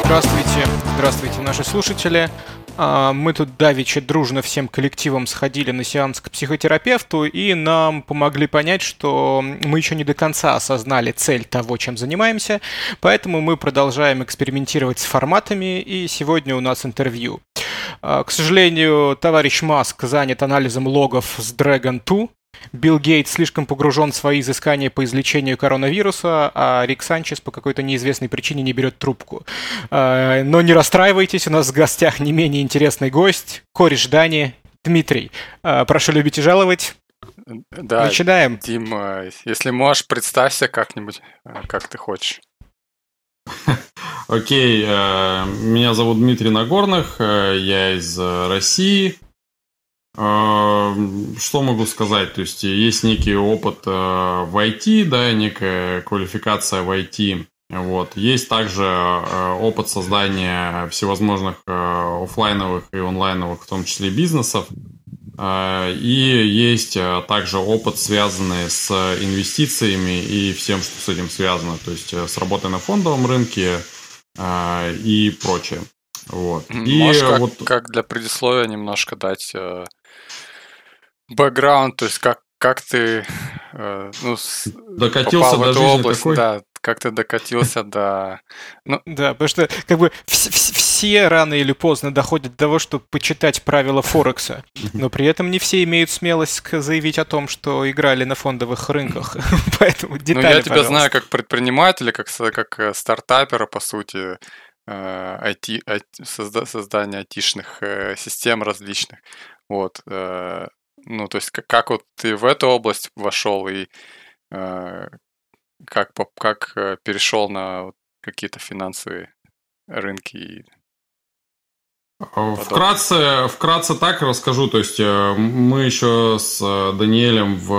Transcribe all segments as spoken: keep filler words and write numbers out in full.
Здравствуйте, здравствуйте, наши слушатели. А, Мы тут давеча дружно всем коллективом сходили на сеанс к психотерапевту, и нам помогли понять, что мы еще не до конца осознали цель того, чем занимаемся, поэтому мы продолжаем экспериментировать с форматами, и сегодня у нас интервью. А, К сожалению, товарищ Маск занят анализом логов с Dragon два, Билл Гейтс слишком погружен в свои изыскания по излечению коронавируса, а Рик Санчес по какой-то неизвестной причине не берет трубку. А, Но не расстраивайтесь, у нас в гостях не менее интересный гость, кореш Дани, Дмитрий. А, Прошу любить и жаловать. Да, Начинаем. Дим, э, если можешь, представься как-нибудь, э, как ты хочешь. Окей, э, меня зовут Дмитрий Нагорных, э, я из э, России. Э, Что могу сказать? То есть есть некий опыт э, в ай ти, да, некая квалификация в ай ти. Вот. Есть также э, опыт создания всевозможных э, оффлайновых и онлайновых, в том числе, бизнесов. Э, И есть э, также опыт, связанный с инвестициями и всем, что с этим связано. То есть э, с работой на фондовом рынке э, и прочее. Вот. И Можешь как, вот как для предисловия немножко дать э, бэкграунд, то есть как, как ты э, ну, с- докатился попал в до эту жизни область, такой. да, как ты докатился до... Ну, Да, потому что как бы вс- вс- все рано или поздно доходят до того, чтобы почитать правила Форекса, но при этом не все имеют смелость к- заявить о том, что играли на фондовых рынках. Поэтому ну, детали, я тебя пожалуйста. знаю как предпринимателя, как, со- как э, стартапера, по сути, э, ай ти, ай ти созда- создания айтишных э, систем различных. Вот. э, Ну, то есть как, как вот ты в эту область вошел и э, как, поп- как э, перешел на вот какие-то финансовые рынки и подобное. Вкратце, вкратце так расскажу. То есть э, мы еще с э, Даниэлем в,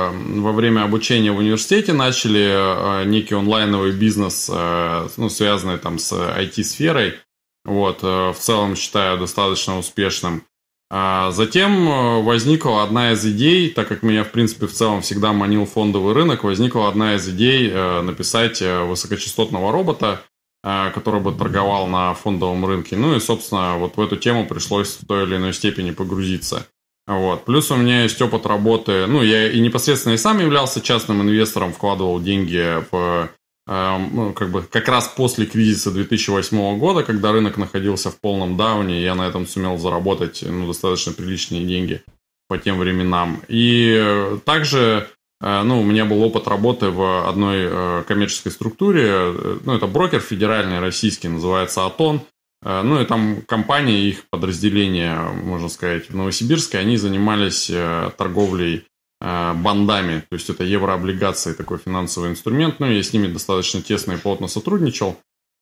во время обучения в университете начали э, некий онлайновый бизнес, э, ну, связанный там с ай ти-сферой. Вот, э, в целом считаю достаточно успешным. А затем э, возникла одна из идей, так как меня, в принципе, в целом всегда манил фондовый рынок, возникла одна из идей э, написать э, высокочастотного робота, э, который бы торговал на фондовом рынке. Ну и, собственно, вот в эту тему пришлось в той или иной степени погрузиться. Вот. Плюс у меня есть опыт работы, ну, я и непосредственно и сам являлся частным инвестором, вкладывал деньги в, э, ну, как бы как раз после кризиса две тысячи восьмого года, когда рынок находился в полном дауне, я на этом сумел заработать, ну, достаточно приличные деньги по тем временам. И э, также, э, ну, у меня был опыт работы в одной э, коммерческой структуре, э, ну, это брокер федеральный российский, называется Атон. Э, Ну и там компании, их подразделения, можно сказать, в Новосибирске, они занимались э, торговлей э, бандами, то есть это еврооблигации, такой финансовый инструмент, ну я с ними достаточно тесно и плотно сотрудничал.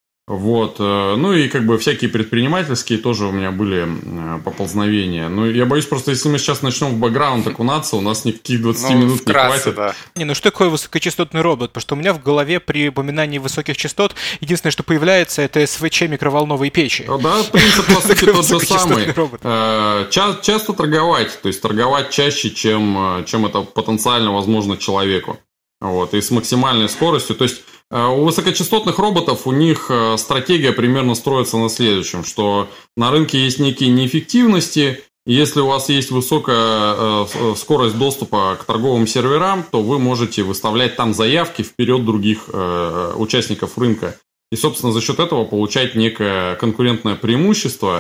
Вот, э, ну и как бы всякие предпринимательские тоже у меня были э, поползновения. Ну я боюсь просто, если мы сейчас начнем в бэкграунд окунаться, у нас никаких двадцати Ну, минут не вкратце, хватит. да. Не, ну что такое высокочастотный робот? Потому что у меня в голове при упоминании высоких частот единственное, что появляется, это эс вэ че микроволновой печи. Ну Да, принцип по сути Такой тот же высокочастотный самый. робот. Э, ча- Часто торговать, то есть торговать чаще, чем, э, чем это потенциально возможно человеку. Вот, и с максимальной скоростью. То есть э, у высокочастотных роботов у них э, стратегия примерно строится на следующем, что на рынке есть некие неэффективности, и если у вас есть высокая э, с- скорость доступа к торговым серверам, то вы можете выставлять там заявки вперед других э, участников рынка. И, собственно, за счет этого получать некое конкурентное преимущество.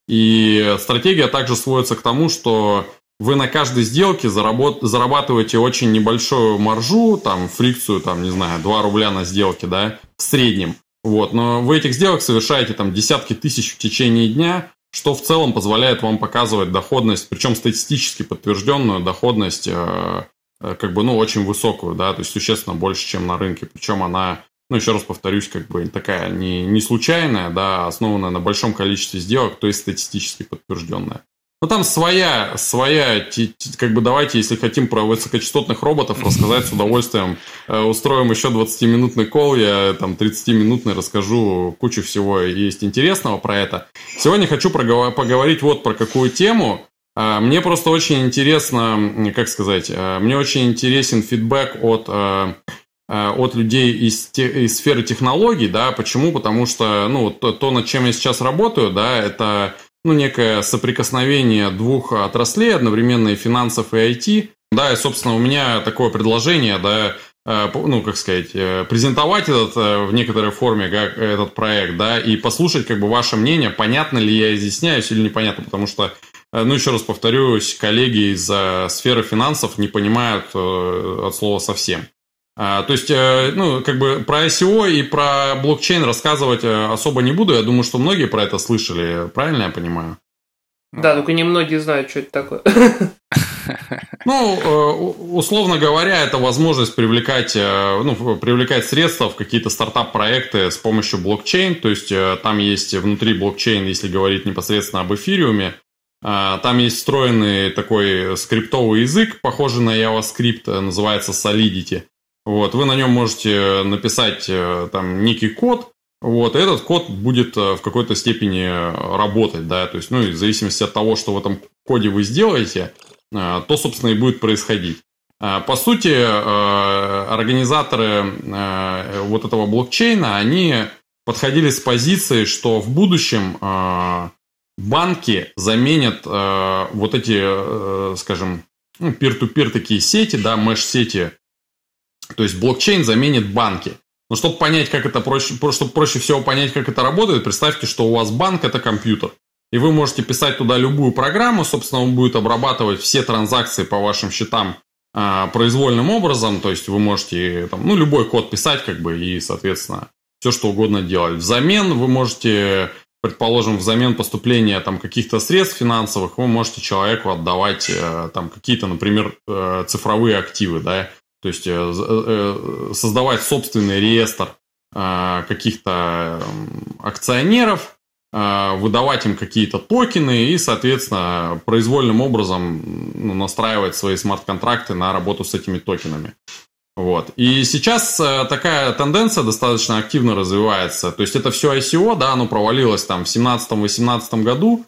И стратегия также сводится к тому, что вы на каждой сделке заработ- зарабатываете очень небольшую маржу, там, фрикцию, там, не знаю, два рубля на сделке, да, в среднем. Вот, но вы этих сделок совершаете там десятки тысяч в течение дня, что в целом позволяет вам показывать доходность, причем статистически подтвержденную доходность, э, э, как бы, ну, очень высокую, да, то есть существенно больше, чем на рынке. Причем она, ну, еще раз повторюсь, как бы такая не, не случайная, да, основанная на большом количестве сделок, то есть статистически подтвержденная. Ну, там своя, своя, ти- ти- как бы давайте, если хотим про высокочастотных роботов рассказать, с удовольствием э, устроим еще двадцатиминутный колл, я там тридцатиминутный расскажу, кучу всего есть интересного про это. Сегодня хочу проговор- поговорить вот про какую тему. Э, Мне просто очень интересно, м, как сказать, э, мне очень интересен фидбэк от э, от людей из, те, из сферы технологий, да, почему? Потому что, ну, то, то, над чем я сейчас работаю, да, это, ну, некое соприкосновение двух отраслей, одновременно и финансов, и ай ти, да, и, собственно, у меня такое предложение, да, ну, как сказать, презентовать этот в некоторой форме, как этот проект, да, и послушать, как бы, ваше мнение, понятно ли я изъясняюсь или непонятно, потому что, ну, еще раз повторюсь, коллеги из сферы финансов не понимают от слова совсем. То есть, ну, как бы про ай си о и про блокчейн рассказывать особо не буду. Я думаю, что многие про это слышали. Правильно я понимаю? Да, только немногие знают, что это такое. Ну, условно говоря, это возможность привлекать, ну, привлекать средства в какие-то стартап-проекты с помощью блокчейн. То есть, там есть внутри блокчейн, если говорить непосредственно об эфириуме, там есть встроенный такой скриптовый язык, похожий на JavaScript, называется Solidity. Вот, вы на нем можете написать там некий код, вот, и этот код будет в какой-то степени работать, да, то есть, ну, и в зависимости от того, что в этом коде вы сделаете, то, собственно, и будет происходить. По сути, организаторы вот этого блокчейна, они подходили с позиции, что в будущем банки заменят вот эти, скажем, ну, peer-to-peer такие сети, да, меш-сети. То есть блокчейн заменит банки. Но чтобы понять, как это проще, чтобы проще всего понять, как это работает, представьте, что у вас банк – это компьютер. И вы можете писать туда любую программу, собственно, он будет обрабатывать все транзакции по вашим счетам а, произвольным образом. То есть вы можете там, ну, любой код писать, как бы, и, соответственно, все что угодно делать. Взамен вы можете, предположим, взамен поступления там, каких-то средств финансовых, вы можете человеку отдавать там, какие-то, например, цифровые активы, да. То есть создавать собственный реестр каких-то акционеров, выдавать им какие-то токены и, соответственно, произвольным образом, ну, настраивать свои смарт-контракты на работу с этими токенами. Вот. И сейчас такая тенденция достаточно активно развивается. То есть это все ай си о, да, оно провалилось там в семнадцатом-восемнадцатом году.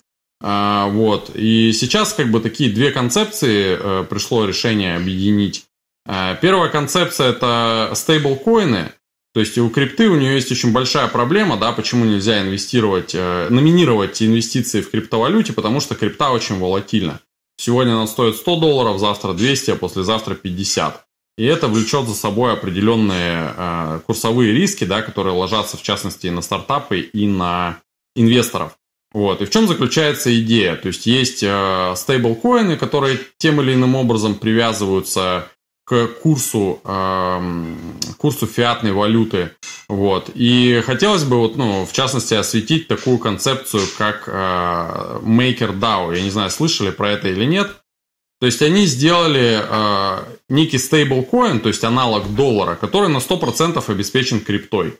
Вот. И сейчас как бы такие две концепции пришло решение объединить. Первая концепция – это стейблкоины, то есть у крипты у нее есть очень большая проблема, да, почему нельзя инвестировать, номинировать инвестиции в криптовалюте, потому что крипта очень волатильна. Сегодня она стоит сто долларов, завтра двести, а послезавтра пятьдесят. И это влечет за собой определенные курсовые риски, да, которые ложатся в частности и на стартапы, и на инвесторов. Вот. И в чем заключается идея? То есть есть стейблкоины, которые тем или иным образом привязываются к курсу, э, курсу фиатной валюты. Вот. И хотелось бы, вот, ну, в частности, осветить такую концепцию, как э, MakerDAO. Я не знаю, слышали про это или нет. То есть они сделали э, некий стейблкоин, то есть аналог доллара, который на сто процентов обеспечен криптой.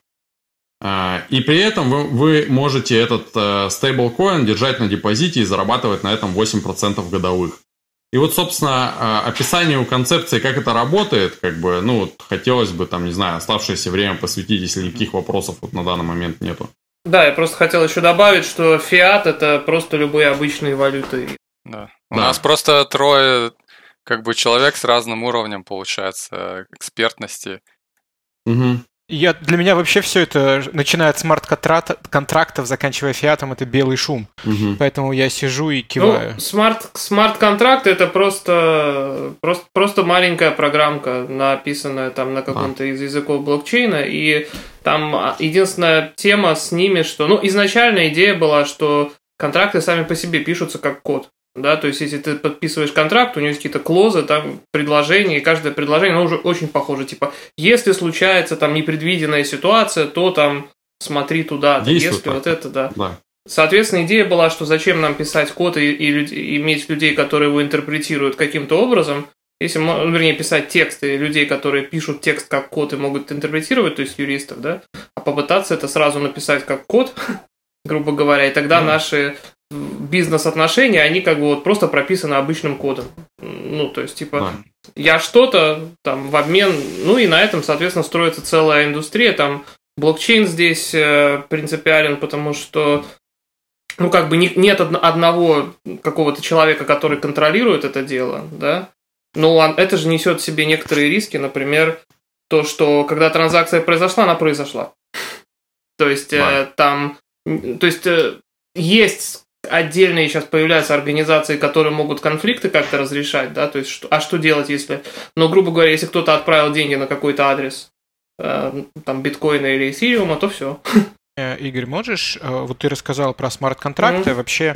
Э, и при этом вы, вы можете этот э, стейблкоин держать на депозите и зарабатывать на этом восемь процентов годовых. И вот, собственно, описанию концепции, как это работает, как бы, ну, вот хотелось бы, там, не знаю, оставшееся время посвятить, если никаких вопросов вот на данный момент нету. Да, я просто хотел еще добавить, что фиат – это просто любые обычные валюты. Да. У да. нас просто трое, как бы, человек с разным уровнем, получается, экспертности. Угу. Я, для меня вообще все это, начиная от смарт-контрактов, заканчивая фиатом, это белый шум. Угу. Поэтому я сижу и киваю. Ну, смарт, смарт-контракт это просто, просто, просто маленькая программка, написанная там на каком-то из языков блокчейна. И там единственная тема с ними, что... Ну, изначально идея была, что контракты сами по себе пишутся как код. Да, то есть, если ты подписываешь контракт, у него есть какие-то клозы, там, предложения, и каждое предложение, оно уже очень похоже, типа, если случается там непредвиденная ситуация, то там смотри туда, если так. Вот это, да. да. Соответственно, идея была, что зачем нам писать код и, и, люд... и иметь людей, которые его интерпретируют каким-то образом, если, вернее, писать тексты людей, которые пишут текст как код и могут интерпретировать, то есть юристов, да, а попытаться это сразу написать как код, грубо говоря, и тогда да. наши бизнес-отношения, они как бы вот просто прописаны обычным кодом. Ну, то есть, типа, да. я что-то там в обмен, ну и на этом, соответственно, строится целая индустрия, там блокчейн здесь э, принципиален, потому что, ну, как бы не, нет од- одного какого-то человека, который контролирует это дело, да, но он, это же несет в себе некоторые риски, например, то, что когда транзакция произошла, она произошла. То есть Да. э, там, то есть э, есть отдельные сейчас появляются организации, которые могут конфликты как-то разрешать, да, то есть, что, а что делать, если, ну, грубо говоря, если кто-то отправил деньги на какой-то адрес, э, там, биткоина или эфириума, то все. Э, Игорь, можешь, э, вот ты рассказал про смарт-контракты, Мгм. вообще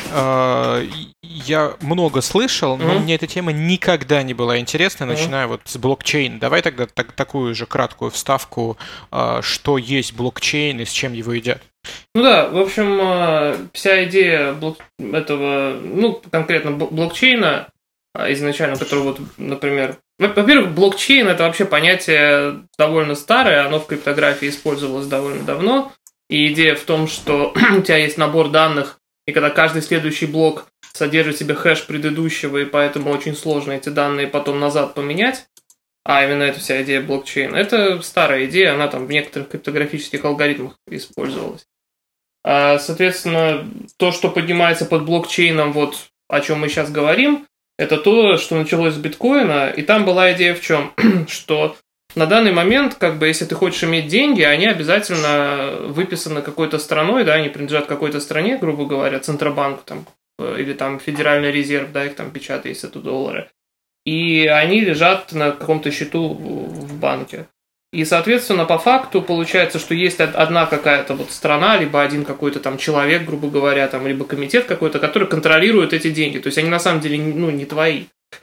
э, и- я много слышал, но Мгм. мне эта тема никогда не была интересна, Мгм. начиная вот с блокчейн. Давай тогда так- такую же краткую вставку, э, что есть блокчейн и с чем его едят. Ну да, в общем, э, вся идея блок- этого, ну, конкретно бл- блокчейна, а, изначально, который вот, например, во- во-первых, блокчейн — это вообще понятие довольно старое, оно в криптографии использовалось довольно давно, и идея в том, что у тебя есть набор данных, и когда каждый следующий блок содержит в себе хэш предыдущего, и поэтому очень сложно эти данные потом назад поменять, а именно это вся идея блокчейна, это старая идея, она там в некоторых криптографических алгоритмах использовалась. А, Соответственно, то, что поднимается под блокчейном, вот о чем мы сейчас говорим, это то, что началось с биткоина, и там была идея в чем, что на данный момент, как бы, если ты хочешь иметь деньги, они обязательно выписаны какой-то страной, да, они принадлежат какой-то стране, грубо говоря, Центробанку там, э, или там Федеральный резерв, да, их там печатают, если это доллары. И они лежат на каком-то счету в в банке. И, соответственно, по факту получается, что есть од- одна какая-то вот страна, либо один какой-то там человек, грубо говоря, там, либо комитет какой-то, который контролирует эти деньги. То есть они на самом деле ну, не твои,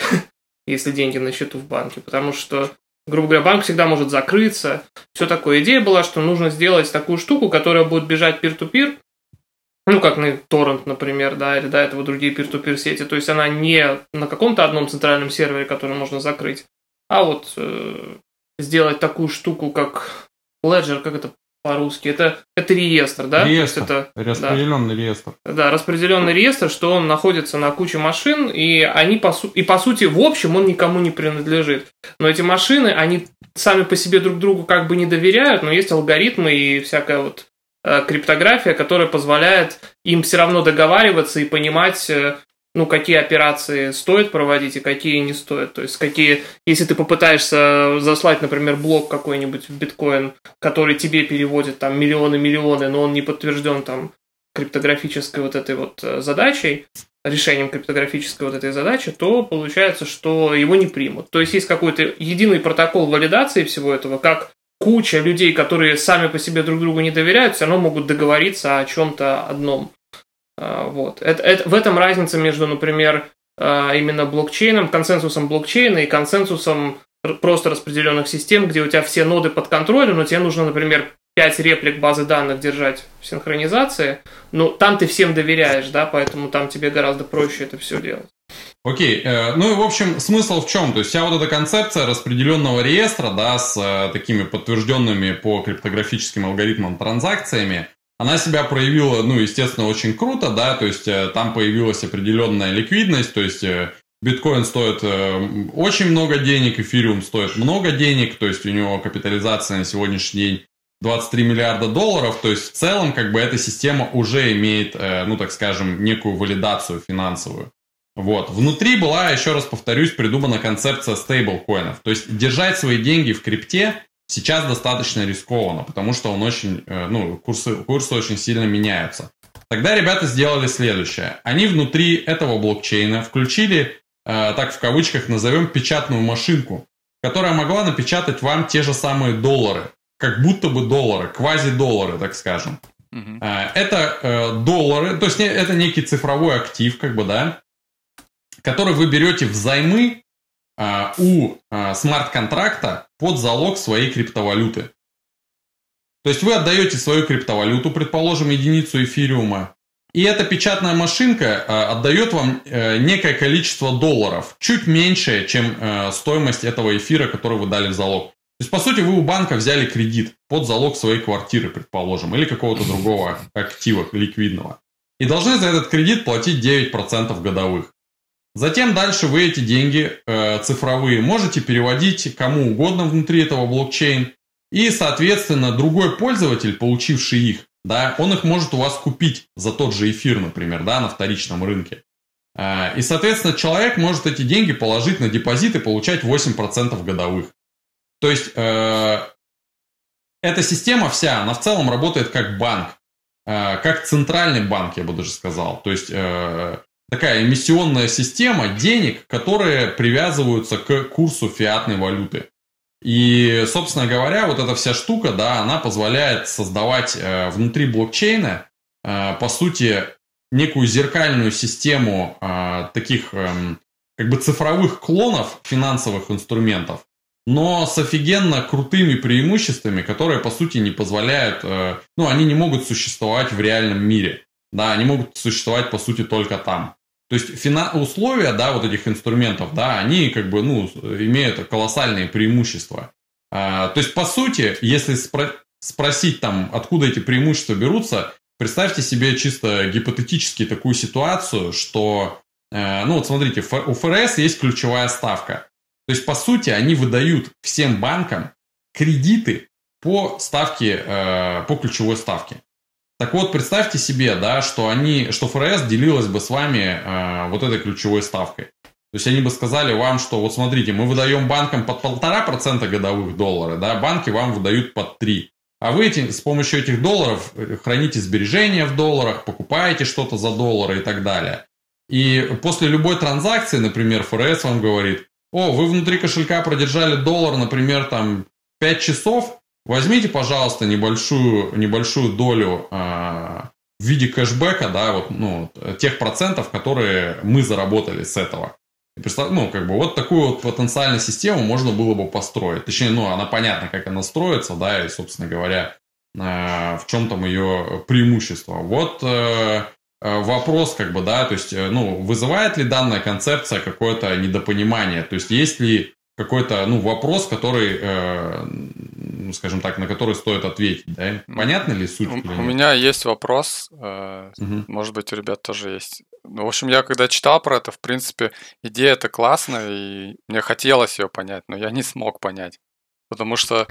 если деньги на счету в банке. Потому что, грубо говоря, банк всегда может закрыться. Все такое. Идея была, что нужно сделать такую штуку, которая будет бежать peer-to-peer, ну, как на торрент, например, да, или до этого другие peer-to-peer сети. То есть она не на каком-то одном центральном сервере, который можно закрыть, а вот э, сделать такую штуку, как Ledger, как это по-русски, это, это реестр, да? Реестр. То есть это, Распределенный реестр. да, распределенный реестр, что он находится на куче машин, и они по, су- и по сути, в общем, он никому не принадлежит. Но эти машины, они сами по себе друг другу как бы не доверяют, но есть алгоритмы и всякая вот э, криптография, которая позволяет им все равно договариваться и понимать, э, ну, какие операции стоит проводить и какие не стоит. То есть, какие, если ты попытаешься заслать, например, блок какой-нибудь в биткоин, который тебе переводит там миллионы-миллионы, но он не подтвержден там криптографической вот этой вот э, задачей, решением криптографической вот этой задачи, то получается, что его не примут. То есть, есть какой-то единый протокол валидации всего этого, как куча людей, которые сами по себе друг другу не доверяют, все равно могут договориться о чем-то одном. А, Вот. Это, это, в этом разница между, например, а, именно блокчейном, консенсусом блокчейна и консенсусом р- просто распределенных систем, где у тебя все ноды под контролем, но тебе нужно, например, пять реплик базы данных держать в синхронизации. Но там ты всем доверяешь, да, поэтому там тебе гораздо проще это все делать. Окей, э, ну и в общем смысл в чем? То есть вся вот эта концепция распределенного реестра, да, с э, такими подтвержденными по криптографическим алгоритмам транзакциями, она себя проявила, ну, естественно, очень круто, да, то есть э, там появилась определенная ликвидность, то есть э, биткоин стоит э, очень много денег, эфириум стоит много денег, то есть у него капитализация на сегодняшний день двадцать три миллиарда долларов, то есть в целом как бы эта система уже имеет, э, ну, так скажем, некую валидацию финансовую. Вот. Внутри была, еще раз повторюсь, придумана концепция стейблкоинов. То есть держать свои деньги в крипте сейчас достаточно рискованно, потому что он очень, ну, курсы, курсы очень сильно меняются. Тогда ребята сделали следующее. Они внутри этого блокчейна включили, так в кавычках назовем, печатную машинку, которая могла напечатать вам те же самые доллары, как будто бы доллары, квази-доллары, так скажем. Mm-hmm. Это доллары, то есть это некий цифровой актив, как бы, да, который вы берете взаймы а, у а, смарт-контракта под залог своей криптовалюты. То есть вы отдаете свою криптовалюту, предположим, единицу эфириума, и эта печатная машинка а, отдает вам а, некое количество долларов, чуть меньшее, чем а, стоимость этого эфира, который вы дали в залог. То есть, по сути, вы у банка взяли кредит под залог своей квартиры, предположим, или какого-то другого актива ликвидного. И должны за этот кредит платить девять процентов годовых. Затем дальше вы эти деньги э, цифровые можете переводить кому угодно внутри этого блокчейна. И, соответственно, другой пользователь, получивший их, да, он их может у вас купить за тот же эфир, например, да, на вторичном рынке. Э, и, соответственно, человек может эти деньги положить на депозит и получать восемь процентов годовых. То есть э, эта система вся, она в целом работает как банк, э, как центральный банк, я бы даже сказал. То есть э, такая эмиссионная система денег, которые привязываются к курсу фиатной валюты. И, собственно говоря, вот эта вся штука, да, она позволяет создавать э, внутри блокчейна, э, по сути, некую зеркальную систему э, таких э, как бы цифровых клонов финансовых инструментов, но с офигенно крутыми преимуществами, которые, по сути, не позволяют, э, ну, они не могут существовать в реальном мире, да, они могут существовать, по сути, только там. То есть фина- условия, да, вот этих инструментов, да, они как бы, ну, имеют колоссальные преимущества. А, то есть, по сути, если спро- спросить там, откуда эти преимущества берутся, представьте себе чисто гипотетически такую ситуацию, что, э, ну, вот смотрите, ф- у эф эр эс есть ключевая ставка. То есть, по сути, они выдают всем банкам кредиты по ставке, э, по ключевой ставке. Так вот, представьте себе, да, что они, что эф эр эс делилась бы с вами э, вот этой ключевой ставкой. То есть они бы сказали вам, что вот смотрите, мы выдаем банкам под полтора процента годовых доллара, да, банки вам выдают под три. А вы эти, с помощью этих долларов храните сбережения в долларах, покупаете что-то за доллары и так далее. И после любой транзакции, например, эф эр эс вам говорит: о, вы внутри кошелька продержали доллар, например, там пять часов, возьмите, пожалуйста, небольшую, небольшую долю э, в виде кэшбэка, да, вот, ну, тех процентов, которые мы заработали с этого. Представь, ну, как бы вот такую вот потенциальную систему можно было бы построить. Точнее, ну, она понятна, как она строится, да, и, собственно говоря, э, в чем там ее преимущество. Вот э, вопрос, как бы, да, то есть, ну, вызывает ли данная концепция какое-то недопонимание? То есть, есть ли какой-то, ну, вопрос, который, э, ну, скажем так, на который стоит ответить, да? Понятна ли суть? У, у меня есть вопрос, э, угу. Может быть, у ребят тоже есть. Ну, в общем, я когда читал про это, в принципе, идея-то классная, и мне хотелось ее понять, но я не смог понять. Потому что,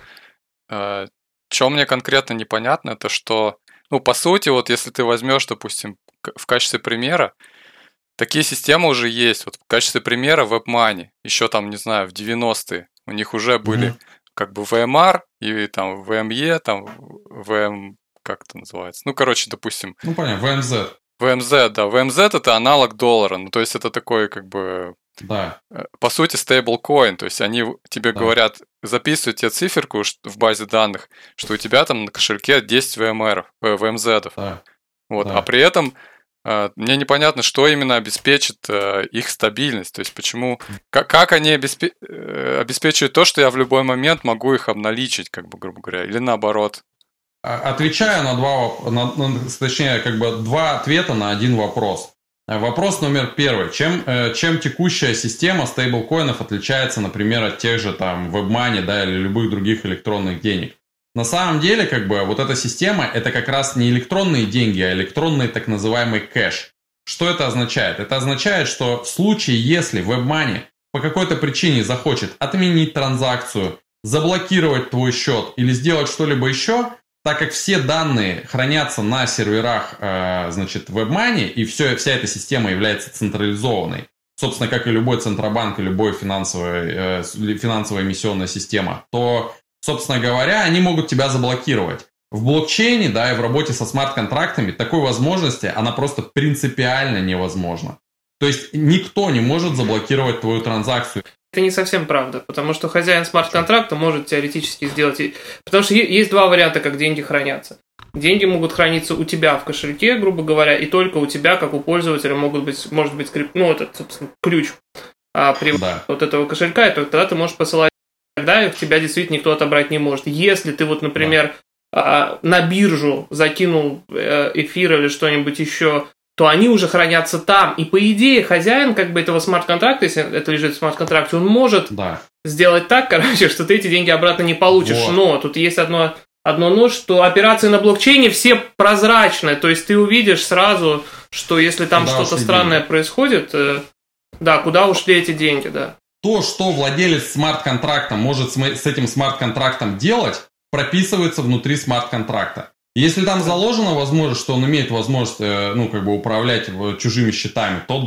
э, что мне конкретно непонятно, это что, ну, по сути, вот если ты возьмешь, допустим, в качестве примера, такие системы уже есть. Вот в качестве примера WebMoney. Еще там, не знаю, в девяностые у них уже были mm-hmm. как бы ви эм ар и там ви эм и, там ви эм... Как это называется? Ну, короче, допустим... Ну, понятно, ви эм зет. ви эм зет, да. ви эм зет это аналог доллара. Ну, то есть это такой как бы... Да. По сути, стейблкоин. То есть они тебе да. говорят, записывают тебе циферку в базе данных, что у тебя там на кошельке десять ви эм ар, ви эм зетов. Да. Вот. Да. А при этом... Мне непонятно, что именно обеспечит э, их стабильность. То есть, почему, как, как они обеспе, э, обеспечивают то, что я в любой момент могу их обналичить, как бы, грубо говоря, или наоборот. Отвечаю на два, на, на, точнее, как бы два ответа на один вопрос. Вопрос номер первый. Чем, чем текущая система стейблкоинов отличается, например, от тех же там WebMoney, да, или любых других электронных денег? На самом деле, как бы, вот эта система, это как раз не электронные деньги, а электронный так называемый кэш. Что это означает? Это означает, что в случае, если WebMoney по какой-то причине захочет отменить транзакцию, заблокировать твой счет или сделать что-либо еще, так как все данные хранятся на серверах, э, значит, WebMoney, и все, вся эта система является централизованной, собственно, как и любой центробанк, и любой финансовая, э, финансовая эмиссионная система, то... Собственно говоря, они могут тебя заблокировать. В блокчейне, да, и в работе со смарт-контрактами такой возможности, она просто принципиально невозможна. То есть никто не может заблокировать твою транзакцию. Это не совсем правда, потому что хозяин смарт-контракта может теоретически сделать... Потому что есть два варианта, как деньги хранятся. Деньги могут храниться у тебя в кошельке, грубо говоря, и только у тебя, как у пользователя, могут быть, может быть скрип... ну, это, собственно, ключ а, при... да. вот этого кошелька, и только тогда ты можешь посылать. Тогда их тебя действительно никто отобрать не может. Если ты вот, например, да. на биржу закинул эфир или что-нибудь еще, то они уже хранятся там. И по идее хозяин как бы этого смарт-контракта, если это лежит в смарт-контракте, он может да. сделать так, короче, что ты эти деньги обратно не получишь. Вот. Но тут есть одно, одно но, что операции на блокчейне все прозрачные. То есть ты увидишь сразу, что если там куда что-то странное деньги? происходит, да, куда ушли эти деньги, да. То, что владелец смарт-контракта может с этим смарт-контрактом делать, прописывается внутри смарт-контракта. Если там заложена возможность, что он имеет возможность, ну, как бы управлять чужими счетами, то да.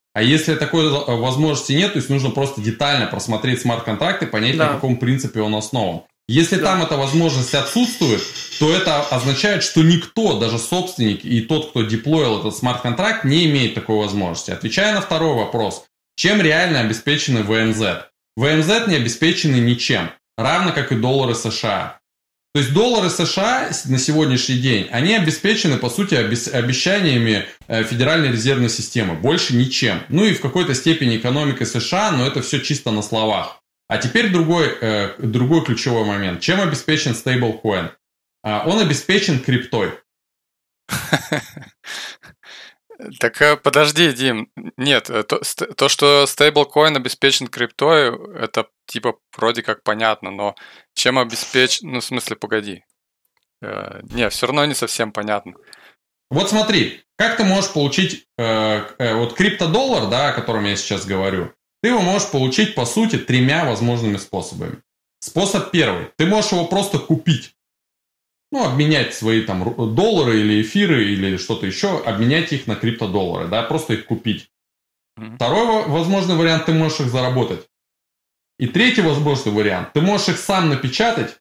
А если такой возможности нет, то есть нужно просто детально просмотреть смарт-контракт и понять, да. на каком принципе он основан. Если да. там эта возможность отсутствует, то это означает, что никто, даже собственник и тот, кто деплоил этот смарт-контракт, не имеет такой возможности. Отвечая на второй вопрос, чем реально обеспечены ви эм зет? ви эм зет не обеспечены ничем, равно как и доллары США. То есть доллары США на сегодняшний день, они обеспечены, по сути, обещаниями Федеральной резервной системы, больше ничем. Ну и в какой-то степени экономикой США, но это все чисто на словах. А теперь другой, другой ключевой момент. Чем обеспечен стейблкоин? Он обеспечен криптой. Так подожди, Дим. Нет, то, то что стейблкоин обеспечен криптой, это типа вроде как понятно, но чем обеспечен... Ну, в смысле, погоди. Э, не, все равно не совсем понятно. Вот смотри, как ты можешь получить э, э, вот криптодоллар, да, о котором я сейчас говорю, ты его можешь получить, по сути, тремя возможными способами. Способ первый. Ты можешь его просто купить. Ну, обменять свои там доллары или эфиры или что-то еще, обменять их на криптодоллары, да, просто их купить. Mm-hmm. Второй возможный вариант, ты можешь их заработать. И третий возможный вариант, ты можешь их сам напечатать,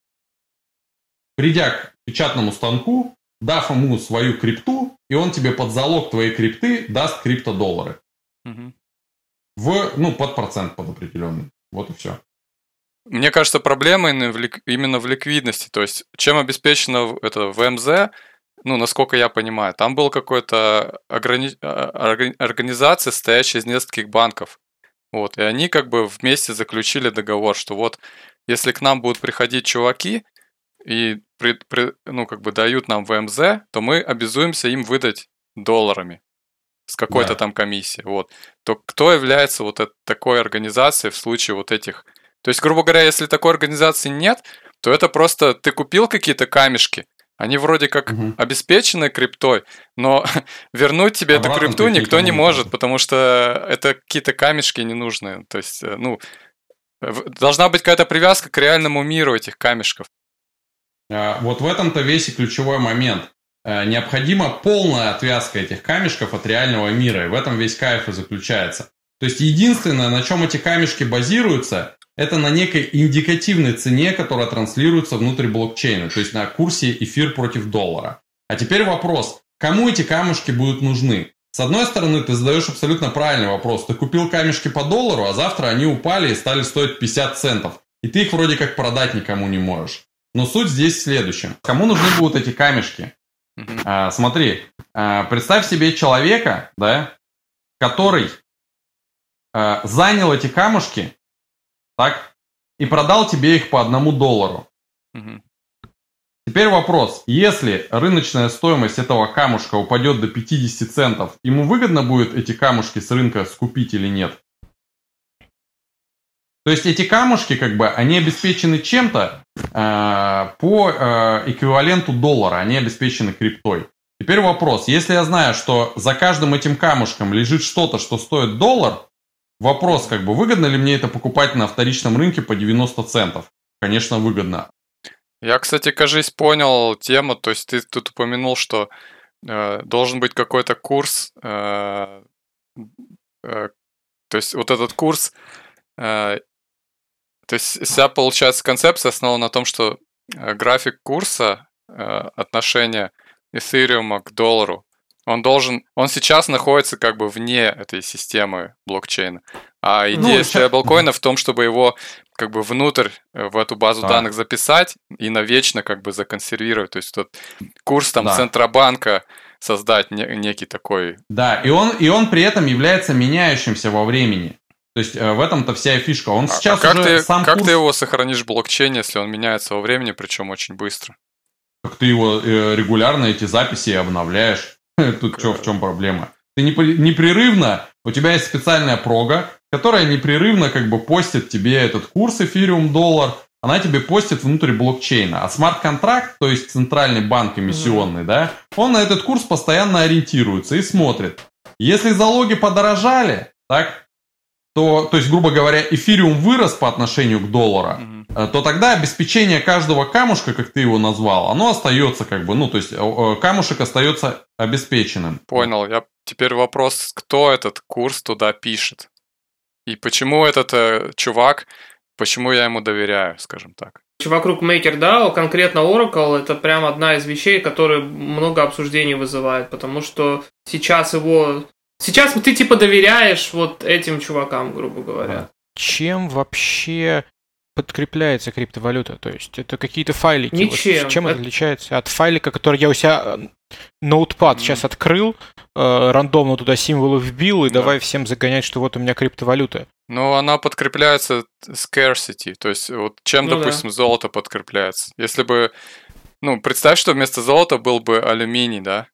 придя к печатному станку, дав ему свою крипту, и он тебе под залог твоей крипты даст криптодоллары. Mm-hmm. В, ну, под процент под определенный. Вот и все. Мне кажется, проблема именно в ликвидности. То есть, чем обеспечена это ви эм зет, ну, насколько я понимаю, там была какая-то ограни... организация, состоящая из нескольких банков. Вот, и они как бы вместе заключили договор, что вот, если к нам будут приходить чуваки и, при, при, ну, как бы дают нам ви эм зет, то мы обязуемся им выдать долларами с какой-то да. там комиссией. Вот. То кто является вот такой организацией в случае вот этих... То есть, грубо говоря, если такой организации нет, то это просто ты купил какие-то камешки, они вроде как угу. обеспечены криптой, но вернуть тебе Обратно эту крипту никто не может, потому что это какие-то камешки ненужные. То есть, ну, должна быть какая-то привязка к реальному миру этих камешков. Вот в этом-то весь и ключевой момент. Необходима полная отвязка этих камешков от реального мира, и в этом весь кайф и заключается. То есть, единственное, на чем эти камешки базируются, это на некой индикативной цене, которая транслируется внутрь блокчейна, то есть на курсе эфир против доллара. А теперь вопрос, кому эти камешки будут нужны? С одной стороны, ты задаешь абсолютно правильный вопрос. Ты купил камешки по доллару, а завтра они упали и стали стоить пятьдесят центов. И ты их вроде как продать никому не можешь. Но суть здесь в следующем. Кому нужны будут эти камешки? Mm-hmm. А, смотри, а, представь себе человека, да, который а, занял эти камушки, так, и продал тебе их по одному доллару. Угу. Теперь вопрос. Если рыночная стоимость этого камушка упадет до пятьдесят центов, ему выгодно будет эти камушки с рынка скупить или нет? То есть эти камушки, как бы, они обеспечены чем-то э, по э, эквиваленту доллара, они обеспечены криптой. Теперь вопрос. Если я знаю, что за каждым этим камушком лежит что-то, что стоит доллар, вопрос, как бы, выгодно ли мне это покупать на вторичном рынке по девяносто центов? Конечно, выгодно. Я, кстати, кажись, понял тему. То есть ты тут упомянул, что э, должен быть какой-то курс. Э, э, то есть вот этот курс... Э, то есть вся, получается, концепция основана на том, что э, график курса э, отношения эфириума к доллару, Он должен, он сейчас находится как бы вне этой системы блокчейна. А идея ну, стейблкоина в том, чтобы его как бы внутрь в эту базу да. данных записать и навечно как бы законсервировать. То есть тот курс там да. Центробанка создать не, некий такой. Да, и он, и он при этом является меняющимся во времени. То есть в этом-то вся и фишка. Он сейчас а как уже ты, сам как курс... ты его сохранишь в блокчейне, если он меняется во времени, причем очень быстро? Как ты его регулярно эти записи обновляешь. Тут что, в чем проблема? Ты непрерывно, у тебя есть специальная прога, которая непрерывно как бы постит тебе этот курс эфириум доллар, она тебе постит внутрь блокчейна. А смарт-контракт, то есть центральный банк эмиссионный, mm-hmm. да, он на этот курс постоянно ориентируется и смотрит. Если залоги подорожали, так, то, то есть, грубо говоря, эфириум вырос по отношению к доллару, mm-hmm. то тогда обеспечение каждого камушка, как ты его назвал, оно остается как бы, ну, то есть камушек остается обеспеченным. Понял. Я... Теперь вопрос, кто этот курс туда пишет? И почему этот э, чувак, почему я ему доверяю, скажем так? Вокруг MakerDAO, конкретно Oracle, это прям одна из вещей, которая много обсуждений вызывает, потому что сейчас его... Сейчас ты типа доверяешь вот этим чувакам, грубо говоря. Чем вообще подкрепляется криптовалюта? То есть это какие-то файлики? Ничем. Вот чем это... это отличается от файлика, который я у себя ноутпад mm-hmm. сейчас открыл, э, рандомно туда символы вбил и да. давай всем загонять, что вот у меня криптовалюта. Ну, она подкрепляется scarcity, то есть вот чем, ну, допустим, да. золото подкрепляется. Если бы, ну, представь, что вместо золота был бы алюминий, да,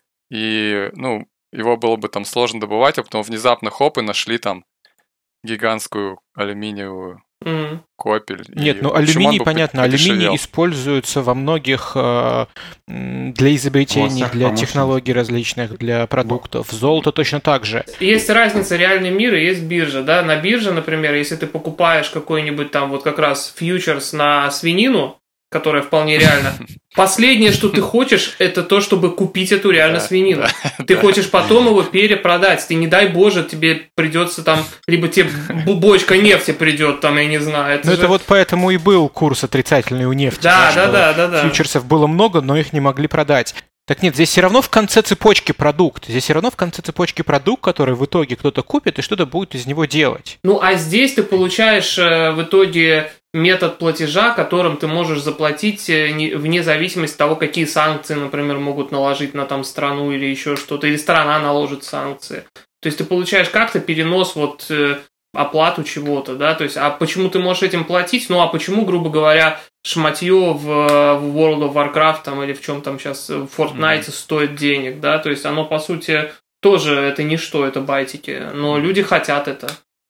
и, ну, его было бы там сложно добывать, а потом внезапно хоп, и нашли там гигантскую алюминиевую mm-hmm. копель. Нет, и, ну алюминий, понятно, алюминий используется во многих э, для изобретений, для технологий различных, для продуктов. Золото точно так же. Есть разница реальный мир и есть биржа, да, на бирже, например, если ты покупаешь какой-нибудь там вот как раз фьючерс на свинину, которая вполне реально. Последнее, что ты хочешь, это то, чтобы купить эту реально да, свинину. Да, ты да. хочешь потом его перепродать. Ты, не дай боже, тебе придется там, либо тебе бочка нефти придет, там, я не знаю. Это ну, же... это вот поэтому и был курс отрицательный у нефти. Да, да, да, да, да. Фьючерсов было много, но их не могли продать. Так нет, здесь все равно в конце цепочки продукт. Здесь все равно в конце цепочки продукт, который в итоге кто-то купит и что-то будет из него делать. Ну, а здесь ты получаешь э, в итоге метод платежа, которым ты можешь заплатить э, не, вне зависимости от того, какие санкции, например, могут наложить на там страну или еще что-то, или страна наложит санкции. То есть ты получаешь как-то перенос вот э, оплату чего-то, да, то есть, а почему ты можешь этим платить? Ну, а почему, грубо говоря, шматье в, в World of Warcraft там, или в чем там сейчас в Fortnite mm-hmm. стоит денег, да, то есть оно, по сути, тоже это ничто, это байтики, но люди хотят это.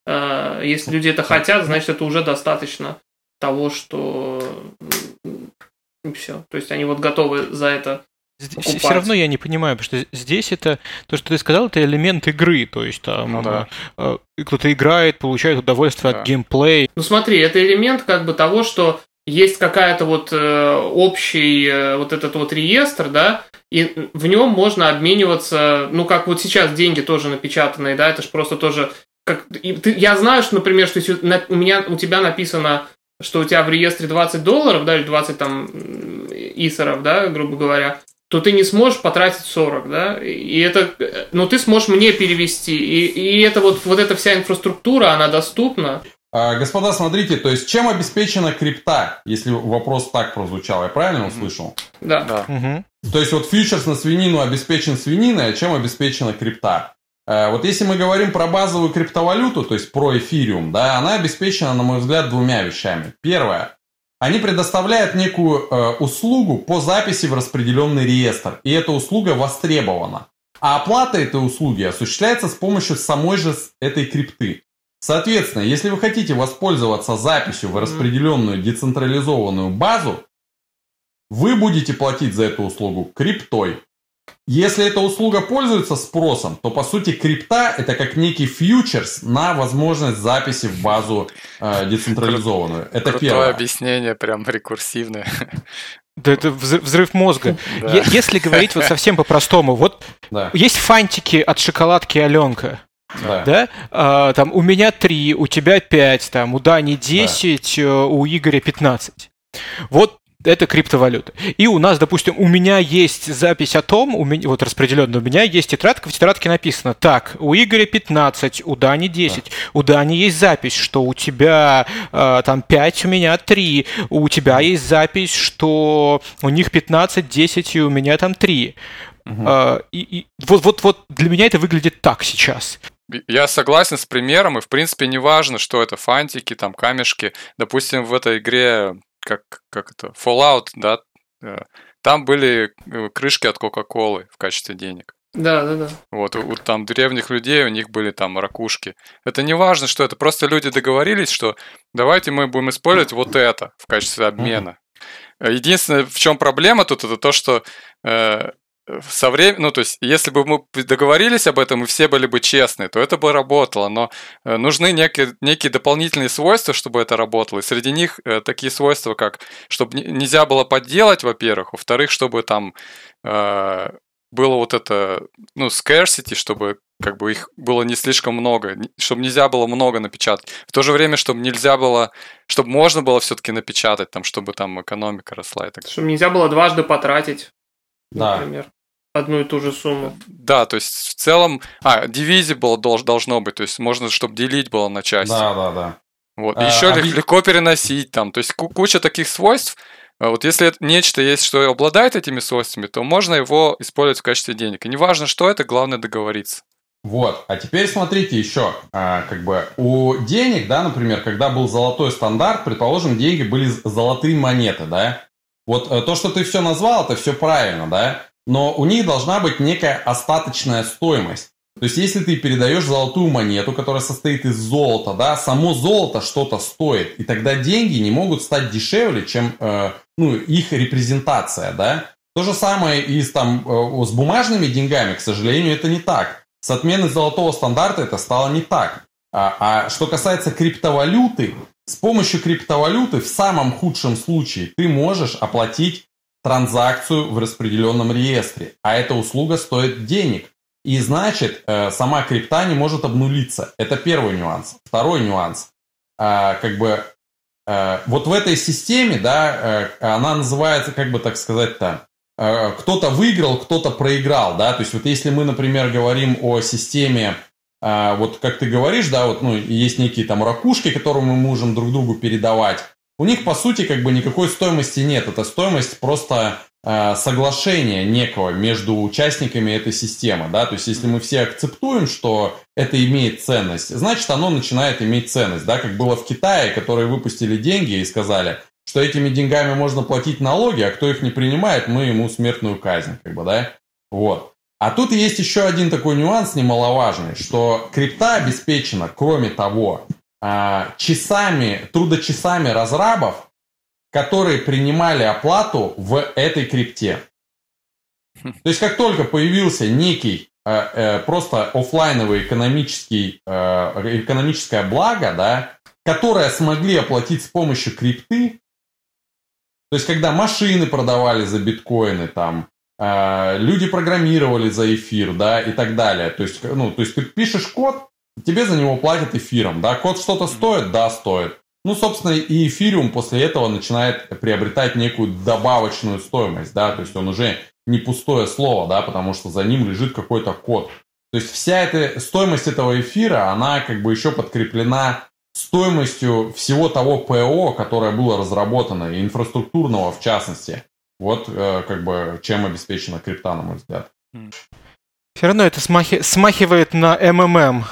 Если люди это хотят, значит, это уже достаточно того, что и все. То есть они вот готовы за это покупать. Все равно я не понимаю, потому что здесь это, то, что ты сказал, это элемент игры, то есть там ну, да. э, кто-то играет, получает удовольствие да. от геймплея. Ну смотри, это элемент как бы того, что есть какая-то вот э, общий э, вот этот вот реестр, да, и в нем можно обмениваться, ну как вот сейчас деньги тоже напечатанные, да, это же просто тоже, как, и ты, я знаю, что, например, что если на, у меня, у тебя написано, что у тебя в реестре двадцать долларов, да, или двадцать там исеров, да, грубо говоря, то ты не сможешь потратить сорок, да, и это, ну ты сможешь мне перевести, и, и это вот, вот эта вся инфраструктура, она доступна. Господа, смотрите, то есть чем обеспечена крипта, если вопрос так прозвучал, я правильно услышал? Да. да. Угу. То есть вот фьючерс на свинину обеспечен свининой, а чем обеспечена крипта? Вот если мы говорим про базовую криптовалюту, то есть про эфириум, да, она обеспечена, на мой взгляд, двумя вещами. Первое. Они предоставляют некую э, услугу по записи в распределенный реестр, и эта услуга востребована. А оплата этой услуги осуществляется с помощью самой же этой крипты. Соответственно, если вы хотите воспользоваться записью в распределенную децентрализованную базу, вы будете платить за эту услугу криптой. Если эта услуга пользуется спросом, то по сути крипта это как некий фьючерс на возможность записи в базу э, децентрализованную. Это Крутое первое. Объяснение, прям рекурсивное. Да это взрыв мозга. Да. Если говорить вот совсем по-простому, вот да. есть фантики от шоколадки Аленка. Да. Да? А, там у меня три, у тебя пять, там, у Дани десять, да. у Игоря пятнадцать. Вот это криптовалюта. И у нас, допустим, у меня есть запись о том, у меня, вот распределенно, у меня есть тетрадка, в тетрадке написано, так, у Игоря пятнадцать, у Дани десять, да. у Дани есть запись, что у тебя э, там пять, у меня три, у тебя есть запись, что у них пятнадцать, десять, и у меня там три. Угу. Э, и, и вот, вот, вот для меня это выглядит так сейчас. Я согласен с примером, и в принципе не важно, что это фантики, там камешки. Допустим, в этой игре Как, как это, Fallout, да, там были крышки от Кока-Колы в качестве денег. Да, да, да. Вот, у, у там древних людей, у них были там ракушки. Это не важно, что это, просто люди договорились, что давайте мы будем использовать вот это в качестве обмена. Единственное, в чем проблема тут, это то, что э, со временем, ну, то есть, если бы мы договорились об этом и все были бы честны, то это бы работало, но нужны некие, некие дополнительные свойства, чтобы это работало, и среди них такие свойства, как, чтобы нельзя было подделать, во-первых, во-вторых, чтобы там э, было вот это, ну, scarcity, чтобы как бы их было не слишком много, чтобы нельзя было много напечатать. В то же время, чтобы нельзя было, чтобы можно было все-таки напечатать, там, чтобы там экономика росла. И так. Чтобы нельзя было дважды потратить, да. например, одну и ту же сумму. Да, то есть в целом, а, divisible долж, должно быть, то есть можно, чтобы делить было на части. Да, да, да. Вот. А, Еще а легко ви... переносить там, то есть куча таких свойств. Вот если нечто есть, что обладает этими свойствами, то можно его использовать в качестве денег. И неважно, что это, главное договориться. Вот, а теперь смотрите еще, а, как бы у денег, да, например, когда был золотой стандарт, предположим, деньги были золотые монеты, да, вот то, что ты все назвал, это все правильно, да, но у них должна быть некая остаточная стоимость. То есть, если ты передаешь золотую монету, которая состоит из золота, да, само золото что-то стоит, и тогда деньги не могут стать дешевле, чем э, ну, их репрезентация, да. То же самое и с, там, э, с бумажными деньгами, к сожалению, это не так. С отменой золотого стандарта это стало не так. А, а что касается криптовалюты, с помощью криптовалюты в самом худшем случае ты можешь оплатить транзакцию в распределенном реестре, а эта услуга стоит денег. И значит, э, сама крипта не может обнулиться. Это первый нюанс. Второй нюанс. Э, как бы э, вот в этой системе, да, э, она называется, как бы так сказать-то, кто-то выиграл, кто-то проиграл, да, то есть вот если мы, например, говорим о системе, вот как ты говоришь, да, вот, ну, есть некие там ракушки, которые мы можем друг другу передавать, у них, по сути, как бы никакой стоимости нет, это стоимость просто соглашения некого между участниками этой системы, да, то есть если мы все акцептуем, что это имеет ценность, значит, оно начинает иметь ценность, да, как было в Китае, которые выпустили деньги и сказали, что этими деньгами можно платить налоги, а кто их не принимает, мы ему смертную казнь, как бы, да, вот. А тут есть еще один такой нюанс немаловажный, что крипта обеспечена, кроме того, часами, трудочасами разрабов, которые принимали оплату в этой крипте. То есть, как только появился некий просто офлайновый экономический, экономическое благо, да, которое смогли оплатить с помощью крипты, то есть, когда машины продавали за биткоины, там, э, люди программировали за эфир, да, и так далее. То есть, ну, то есть, ты пишешь код, тебе за него платят эфиром, да, код что-то стоит, да, стоит. Ну, собственно, и эфириум после этого начинает приобретать некую добавочную стоимость, да, то есть, он уже не пустое слово, да, потому что за ним лежит какой-то код. То есть, вся эта стоимость этого эфира, она как бы еще подкреплена стоимостью всего того ПО, которое было разработано, и инфраструктурного в частности. Вот э, как бы чем обеспечена крипта, на мой взгляд. Все равно это смахи... смахивает на МММ.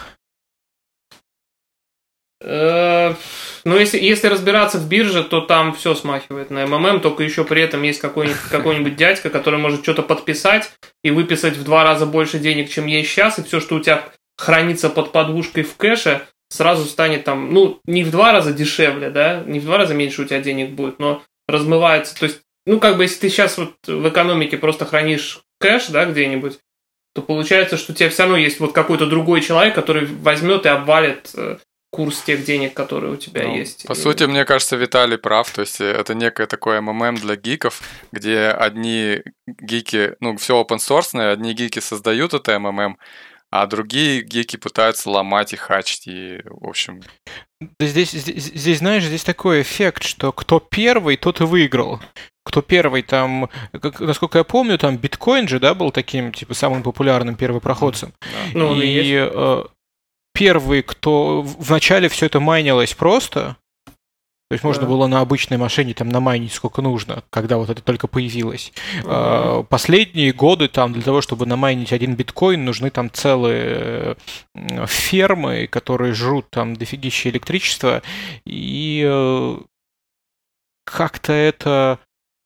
Ну, если, если разбираться в бирже, то там все смахивает на МММ, только еще при этом есть какой-нибудь, какой-нибудь дядька, который может что-то подписать и выписать в два раза больше денег, чем есть сейчас, и все, что у тебя хранится под подушкой в кэше, сразу станет там, ну, не в два раза дешевле, да, не в два раза меньше у тебя денег будет, но размывается. То есть, ну, как бы, если ты сейчас вот в экономике просто хранишь кэш, да, где-нибудь, то получается, что у тебя все равно есть вот какой-то другой человек, который возьмет и обвалит курс тех денег, которые у тебя ну, есть. По и... сути, мне кажется, Виталий прав. То есть это некое такое МММ для гиков, где одни гики, ну, все open-source, одни гики создают это МММ, а другие гики пытаются ломать и хачить, и, в общем... Здесь, здесь, здесь, знаешь, здесь такой эффект, что кто первый, тот и выиграл. Кто первый, там, как, насколько я помню, там биткоин же, да, был таким, типа, самым популярным первопроходцем. Да. Ну, он и, и есть. Э, первый, кто... Вначале все это майнилось просто, то есть можно да. было на обычной машине там намайнить сколько нужно, когда вот это только появилось. Uh-huh. Последние годы там для того, чтобы намайнить один биткоин, нужны там целые фермы, которые жрут там дофигища электричества, и как-то это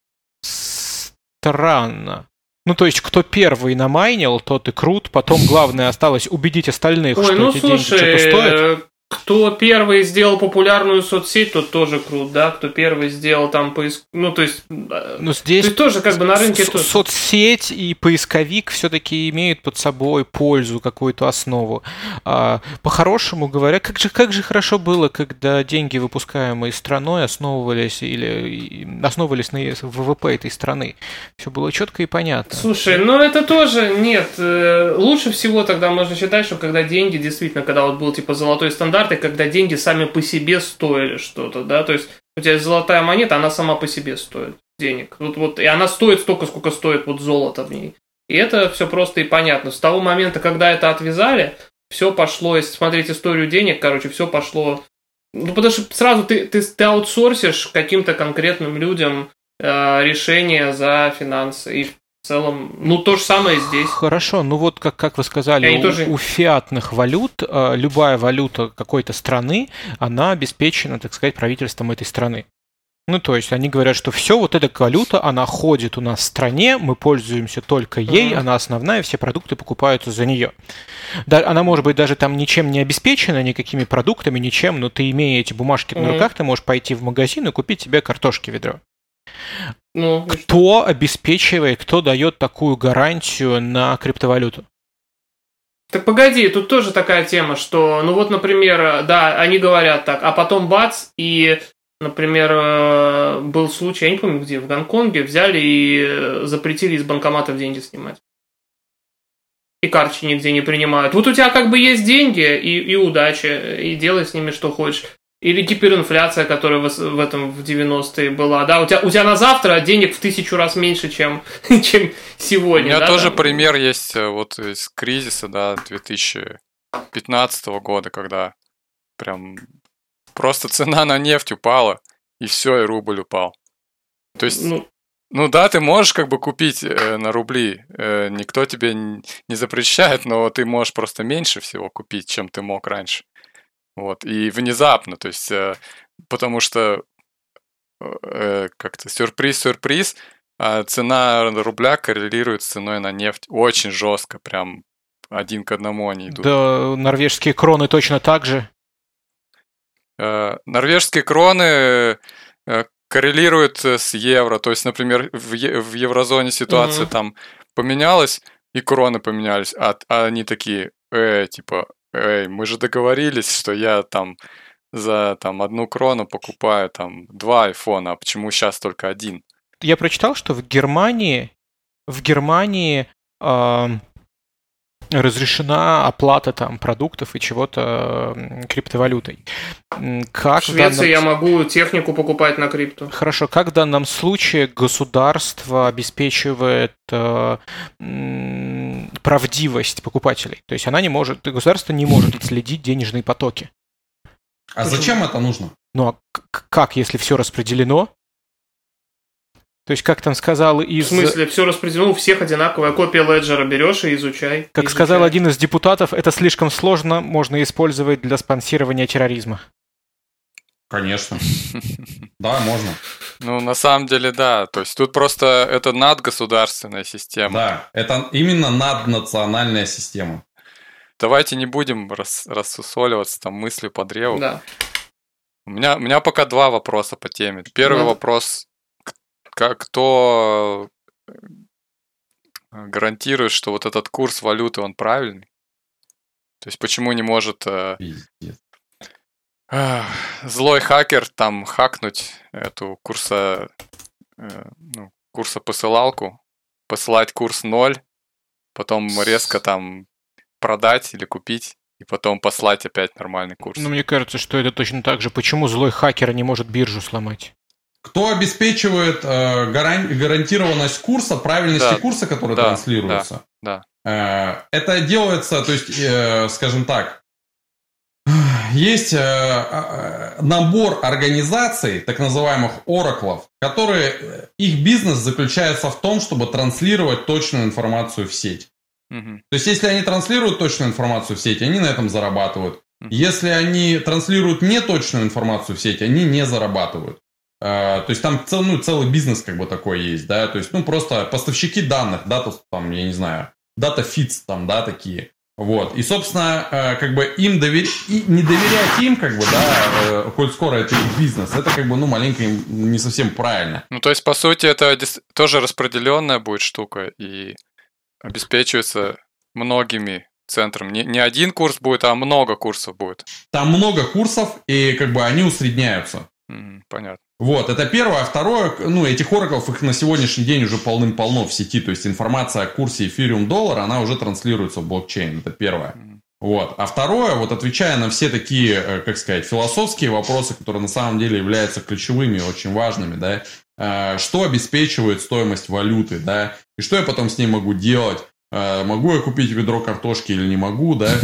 странно. Ну, то есть, кто первый намайнил, тот и крут, потом главное осталось убедить остальных, Ой, что ну, эти слушай, деньги что-то стоят. кто первый сделал популярную соцсеть, тот тоже крут, да? Кто первый сделал там поиск... Ну, то есть... Но здесь то есть тоже как бы на рынке... Со- тоже... Соцсеть и поисковик все-таки имеют под собой пользу, какую-то основу. А, по-хорошему говоря, как же, как же хорошо было, когда деньги, выпускаемые страной, основывались или основывались на ВВП этой страны. Все было четко и понятно. Слушай, ну это тоже... Нет. Лучше всего тогда можно считать, что когда деньги, действительно, когда вот был типа золотой стандарт, и когда деньги сами по себе стоили что-то, да, то есть у тебя есть золотая монета, она сама по себе стоит денег, вот, вот, и она стоит столько, сколько стоит вот золото в ней, и это все просто и понятно. С того момента, когда это отвязали, все пошло, если смотреть историю денег, короче, все пошло, ну, потому что сразу ты, ты, ты аутсорсишь каким-то конкретным людям э, решения за финансы, и в целом, ну, то же самое здесь. Хорошо, ну вот, как, как вы сказали, у, тоже... у фиатных валют э, любая валюта какой-то страны, она обеспечена, так сказать, правительством этой страны. Ну, то есть они говорят, что все, вот эта валюта, она ходит у нас в стране, мы пользуемся только ей, mm-hmm. она основная, все продукты покупаются за нее. Да, она может быть даже там ничем не обеспечена, никакими продуктами, ничем, но ты, имея эти бумажки mm-hmm. на руках, ты можешь пойти в магазин и купить себе картошки ведро. Ну, кто обеспечивает, кто дает такую гарантию на криптовалюту? Так погоди, тут тоже такая тема, что, ну вот, например, да, они говорят так, а потом бац, и, например, был случай, я не помню где, в Гонконге, взяли и запретили из банкоматов деньги снимать. И карточки нигде не принимают. Вот у тебя как бы есть деньги и, и удача, и делай с ними что хочешь. Или гиперинфляция, которая в, в этом в девяностые была. Да, у тебя, у тебя на завтра денег в тысячу раз меньше, чем, чем сегодня. У меня да, тоже там? пример есть вот из кризиса, да, две тысячи пятнадцатого года, когда прям просто цена на нефть упала, и все, и рубль упал. То есть, ну, ну да, ты можешь как бы купить э, на рубли, э, никто тебе не запрещает, но ты можешь просто меньше всего купить, чем ты мог раньше. Вот, и внезапно, то есть, э, потому что э, как-то сюрприз-сюрприз, э, цена рубля коррелирует с ценой на нефть очень жестко, прям один к одному они идут. Да, норвежские кроны точно так же. Э, норвежские кроны э, коррелируют с евро, то есть, например, в, е- в еврозоне ситуация mm-hmm. там поменялась, и кроны поменялись, а, а они такие, э, типа... Эй, мы же договорились, что я там за там, одну крону покупаю там два айфона, а почему сейчас только один? Я прочитал, что в Германии в Германии э, разрешена оплата там продуктов и чего-то э, криптовалютой. Как в Швеции в данном... я могу технику покупать на крипту. Хорошо, как в данном случае государство обеспечивает э, м, правдивость покупателей? То есть она не может, государство не может отследить денежные потоки. А Почему? Зачем это нужно? Ну а к- как, если все распределено? То есть, как там сказал из... В смысле, все распределено, у всех одинаковая копия леджера, берешь и изучай. Как изучай. сказал один из депутатов, это слишком сложно, можно использовать для спонсирования терроризма. Конечно. Да, можно. Ну, на самом деле, да. То есть, тут просто это надгосударственная система. Да, это именно наднациональная система. Давайте не будем рас- рассусоливаться там мыслью по древу. Да. У меня, у меня пока два вопроса по теме. Первый да. вопрос... Кто гарантирует, что вот этот курс валюты, он правильный? То есть почему не может э, э, злой хакер там хакнуть эту курса, э, ну, курсопосылалку, посылать курс ноль, потом резко там продать или купить, и потом послать опять нормальный курс? Ну, мне кажется, что это точно так же. Почему злой хакер не может биржу сломать? Кто обеспечивает э, гаран- гарантированность курса, правильности да, курса, который да, транслируется? Да, да. Э, это делается, то есть, э, скажем так, есть э, э, набор организаций, так называемых ораклов, которые, их бизнес заключается в том, чтобы транслировать точную информацию в сеть. Угу. То есть, если они транслируют точную информацию в сеть, они на этом зарабатывают. Угу. Если они транслируют неточную информацию в сеть, они не зарабатывают. То есть там цел, ну, целый бизнес как бы такой есть, да, то есть, ну, просто поставщики данных, да, то, там, я не знаю, дата-фитс там, да, такие. Вот. И, собственно, как бы им довер... и не доверять им, как бы, да, хоть скоро это их бизнес, это как бы, ну, маленько не совсем правильно. Ну, то есть, по сути, это тоже распределенная будет штука и обеспечивается многими центрами. Не, не один курс будет, а много курсов будет. Там много курсов, и как бы они усредняются. Mm, понятно. Вот, это первое. А второе, ну, этих ораклов, их на сегодняшний день уже полным-полно в сети. То есть, информация о курсе эфириум доллар, она уже транслируется в блокчейн. Это первое. Mm. Вот. А второе, вот отвечая на все такие, как сказать, философские вопросы, которые на самом деле являются ключевыми, очень важными, да, что обеспечивает стоимость валюты, да, и что я потом с ней могу делать, могу я купить ведро картошки или не могу, да.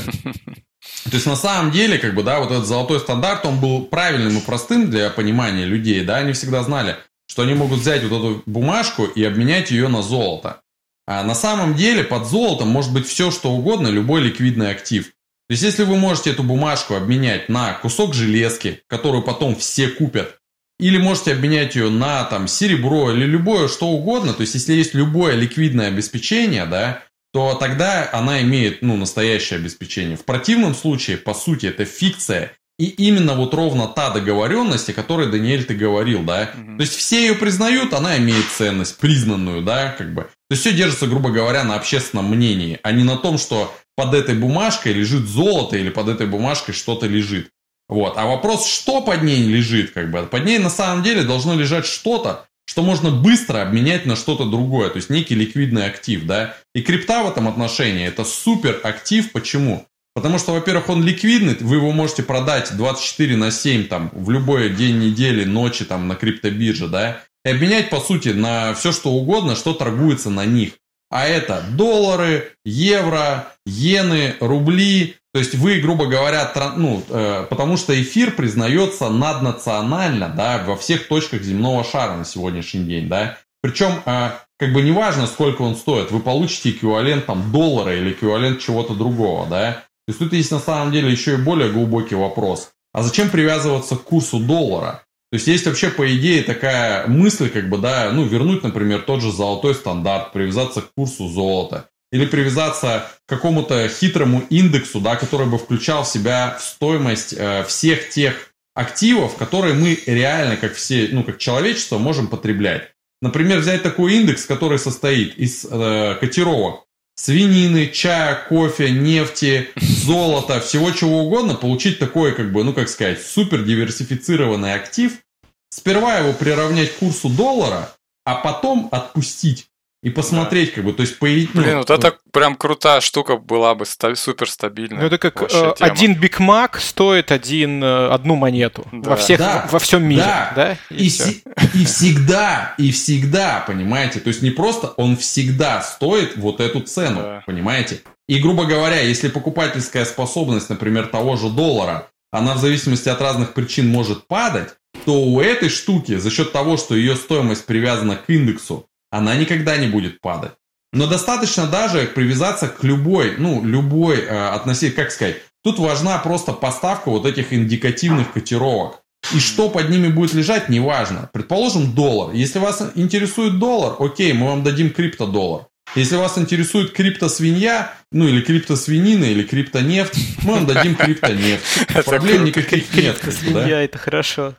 То есть, на самом деле, как бы, да, вот этот золотой стандарт, он был правильным и простым для понимания людей, да, они всегда знали, что они могут взять вот эту бумажку и обменять ее на золото. А на самом деле, под золотом может быть все, что угодно, любой ликвидный актив. То есть, если вы можете эту бумажку обменять на кусок железки, которую потом все купят, или можете обменять ее на, там, серебро или любое что угодно, то есть, если есть любое ликвидное обеспечение, да, то тогда она имеет, ну, настоящее обеспечение. В противном случае, по сути, это фикция. И именно вот ровно та договоренность, о которой, Даниэль, ты говорил, да. Mm-hmm. То есть, все ее признают, она имеет ценность, признанную, да, как бы. То есть, все держится, грубо говоря, на общественном мнении, а не на том, что под этой бумажкой лежит золото или под этой бумажкой что-то лежит. Вот. А вопрос, что под ней лежит, как бы. Под ней на самом деле должно лежать что-то, что можно быстро обменять на что-то другое, то есть некий ликвидный актив, да. И крипта в этом отношении это супер актив. Почему? Потому что, во-первых, он ликвидный, вы его можете продать двадцать четыре на семь там, в любой день недели, ночи там, на криптобирже, да, и обменять, по сути, на все, что угодно, что торгуется на них. А это доллары, евро, иены, рубли. То есть вы, грубо говоря, тран... ну, э, потому что эфир признается наднационально, да, во всех точках земного шара на сегодняшний день, да. Причем, э, как бы неважно, сколько он стоит, вы получите эквивалент там доллара или эквивалент чего-то другого, да. То есть тут есть на самом деле еще и более глубокий вопрос. А зачем привязываться к курсу доллара? То есть есть вообще, по идее, такая мысль, как бы, да, ну, вернуть, например, тот же золотой стандарт, привязаться к курсу золота. Или привязаться к какому-то хитрому индексу, да, который бы включал в себя в стоимость э, всех тех активов, которые мы реально, как все, ну, как человечество, можем потреблять. Например, взять такой индекс, который состоит из э, котировок свинины, чая, кофе, нефти, золота, всего чего угодно, получить такой, как бы, ну, как сказать, супер диверсифицированный актив, сперва его приравнять к курсу доллара, а потом отпустить. И посмотреть, да. Как бы, то есть, по... Блин, ну, вот это прям крутая штука была бы, ста- супер стабильная. Ну, это как э, один Биг Мак стоит один, э, одну монету да. во, всех, да. во всем мире. Да. Да? И, и, си- и всегда, и всегда, понимаете, то есть не просто, он всегда стоит вот эту цену, да. Понимаете? И, грубо говоря, если покупательская способность, например, того же доллара, она в зависимости от разных причин может падать, то у этой штуки за счет того, что ее стоимость привязана к индексу, она никогда не будет падать. Но достаточно даже привязаться к любой, ну, любой э, относительно, как сказать, тут важна просто поставка вот этих индикативных котировок. И что под ними будет лежать, неважно. Предположим, доллар. Если вас интересует доллар, окей, мы вам дадим криптодоллар. Если вас интересует криптосвинья, ну, или криптосвинина, или криптонефть, мы вам дадим криптонефть. Проблем никаких нет. Криптосвинья, это хорошо.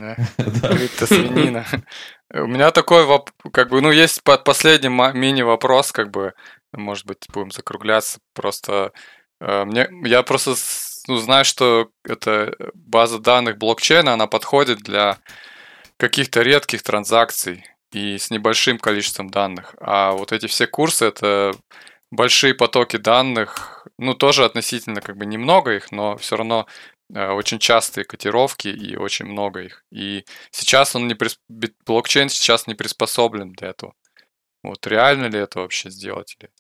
Криптосвинина. У меня такой, как бы, ну, есть последний мини-вопрос, как бы, может быть, будем закругляться. Просто мне, я просто ну, знаю, что эта база данных блокчейна, она подходит для каких-то редких транзакций и с небольшим количеством данных. А вот эти все курсы, это большие потоки данных, ну, тоже относительно, как бы, немного их, но все равно очень частые котировки и очень много их. И сейчас он не присп... блокчейн сейчас не приспособлен для этого. Вот реально ли это вообще сделать? Или...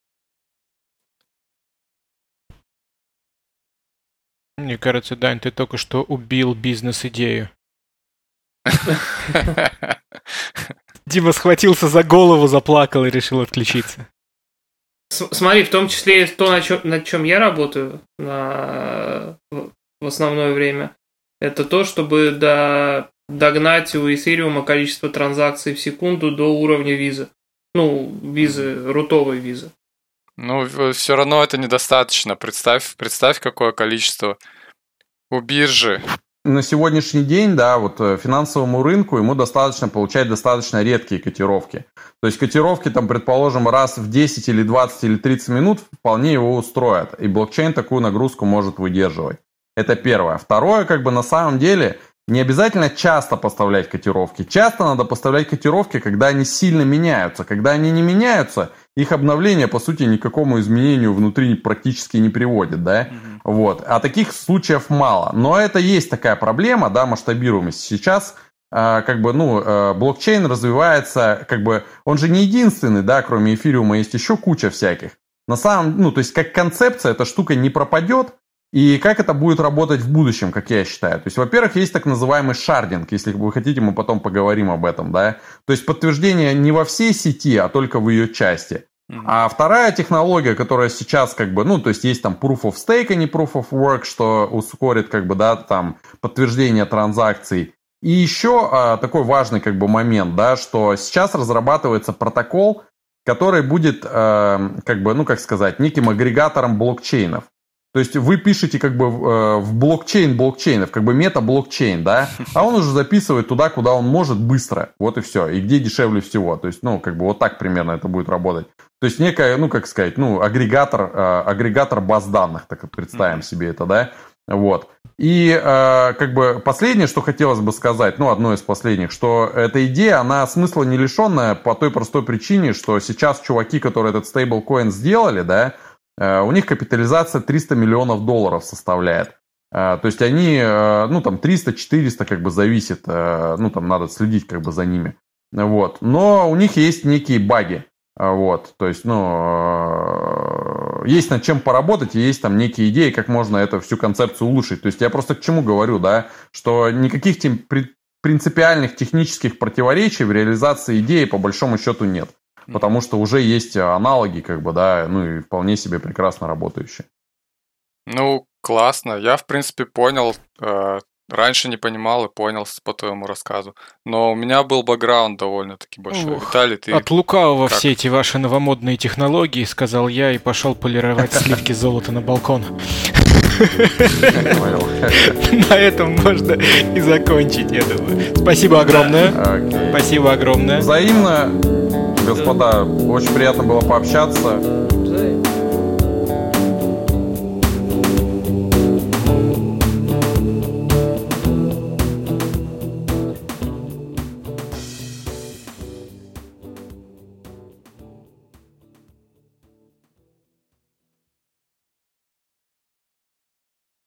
Мне кажется, Дань, ты только что убил бизнес-идею. Дима схватился за голову, заплакал и решил отключиться. Смотри, в том числе то, на чем, над чем я работаю на... в основное время, это то, чтобы до... догнать у эфириума количество транзакций в секунду до уровня визы. Ну, визы, рутовой визы. Ну, все равно это недостаточно. Представь, представь, какое количество у биржи. На сегодняшний день, да, вот финансовому рынку ему достаточно получать достаточно редкие котировки. То есть котировки, там, предположим, раз в десять или двадцать или тридцать минут вполне его устроят. И блокчейн такую нагрузку может выдерживать. Это первое. Второе, как бы на самом деле, не обязательно часто поставлять котировки. Часто надо поставлять котировки, когда они сильно меняются. Когда они не меняются, их обновление, по сути, ни к какому изменению внутри практически не приводит, да? Mm-hmm. Вот. А таких случаев мало. Но это есть такая проблема, да, масштабируемость. Сейчас, э, как бы, ну, э, блокчейн развивается, как бы, он же не единственный, да, кроме эфириума есть еще куча всяких. На самом, ну, то есть, как концепция, эта штука не пропадет. И как это будет работать в будущем, как я считаю? То есть, во-первых, есть так называемый шардинг. Если вы хотите, мы потом поговорим об этом, да? То есть, подтверждение не во всей сети, а только в ее части. Mm-hmm. А вторая технология, которая сейчас как бы, ну, то есть, есть там proof of stake, а не proof of work, что ускорит как бы, да, там, подтверждение транзакций. И еще а, такой важный как бы момент, да, что сейчас разрабатывается протокол, который будет, а, как бы, ну, как сказать, неким агрегатором блокчейнов. То есть вы пишете как бы в, в блокчейн блокчейнов, как бы мета-блокчейн, да, а он уже записывает туда, куда он может быстро, вот и все, и где дешевле всего. То есть, ну, как бы вот так примерно это будет работать. То есть некая, ну, как сказать, ну, агрегатор, э, агрегатор баз данных, так представим себе это, да, вот. И э, как бы последнее, что хотелось бы сказать, ну, одно из последних, что эта идея, она смысла не лишенная по той простой причине, что сейчас чуваки, которые этот стейблкоин сделали, да, у них капитализация триста миллионов долларов составляет. То есть они, ну там триста-четыреста как бы зависит, ну там надо следить как бы за ними. Вот. Но у них есть некие баги. Вот. То есть, ну, есть над чем поработать, и есть там некие идеи, как можно эту всю концепцию улучшить. То есть я просто к чему говорю, да, что никаких тем, принципиальных технических противоречий в реализации идеи по большому счету нет. Потому что уже есть аналоги, как бы, да, ну и вполне себе прекрасно работающие. Ну, классно. Я, в принципе, понял. Э, раньше не понимал и понял по твоему рассказу. Но у меня был бэкграунд довольно-таки большой. Ух, Виталий, ты... От лукавого как? Все эти ваши новомодные технологии, сказал я, и пошел полировать сливки золота на балкон. На этом можно и закончить, я думаю. Спасибо огромное. Спасибо огромное. Взаимно. Господа, очень приятно было пообщаться.